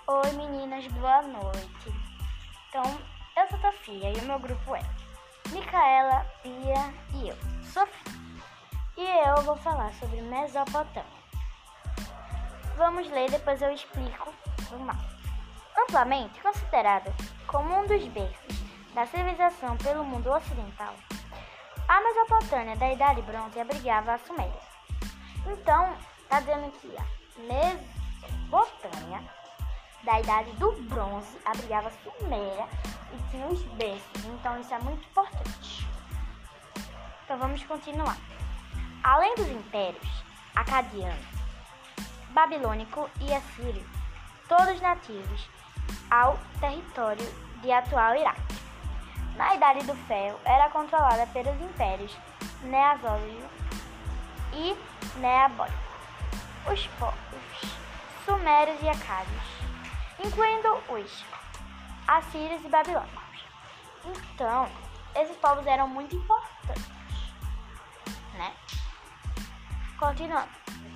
Oi meninas, boa noite. Então, eu sou Sofia e o meu grupo é Micaela, Pia e eu, Sofia. E eu vou falar sobre Mesopotâmia. Vamos ler, depois eu explico o mapa. Amplamente considerada como um dos berços da civilização pelo mundo ocidental, a Mesopotâmia da Idade Bronze abrigava a Suméria. Então, está dizendo que a Mesopotâmia da Idade do Bronze abrigava a Suméria e tinha os berços. Então, isso é muito importante. Então, vamos continuar. Além dos impérios acadiano, babilônico e assírio, todos nativos ao território de atual Iraque. Na Idade do Ferro, era controlada pelos impérios Neazólio e Neabólico, os povos sumérios e acádios, incluindo os assírios e babilônicos. Então, esses povos eram muito importantes, né? Continuando.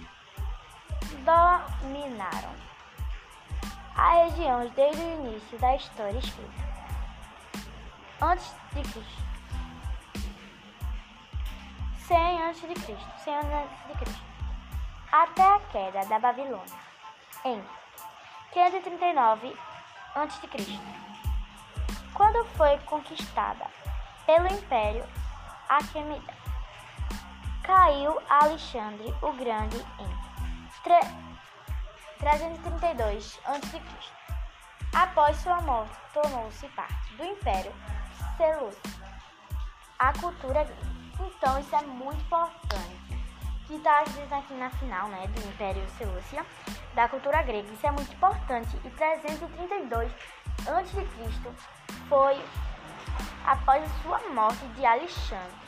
Dominaram a região desde o início da história escrita. Antes de Cristo. 100 antes de Cristo. Até a queda da Babilônia em 539 a.C. Quando foi conquistada pelo Império Aquemedita, caiu Alexandre o Grande em 332 a.C. Após sua morte, tornou-se parte do Império Selúcido, a cultura grega. Então, isso é muito importante, que está escrito aqui na final, né, do Império Selúcia, da cultura grega. Isso é muito importante. E 332 a.C. foi após a sua morte de Alexandre.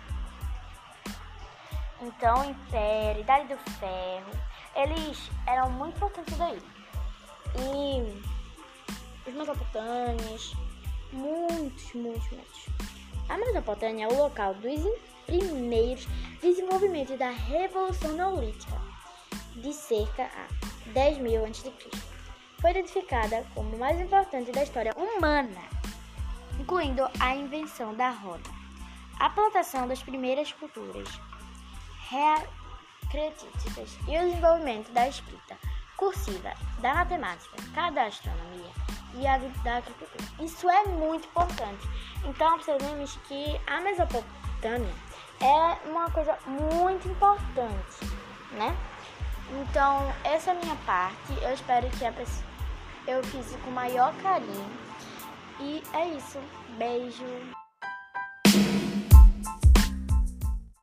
Então, o Império, Idade do Ferro, eles eram muito importantes daí. E os mesopotâmios, muitos. A Mesopotâmia é o local dos primeiros desenvolvimentos da Revolução Neolítica, de cerca a 10.000 a.C. Foi identificada como a mais importante da história humana, incluindo a invenção da roda, a plantação das primeiras culturas cretíticas e o desenvolvimento da escrita cursiva, da matemática, da astronomia e da agricultura. Isso é muito importante. Então, observemos que a Mesopotâmia é uma coisa muito importante, né? Então, essa é a minha parte. Eu espero que eu fiz com o maior carinho. E é isso. Beijo.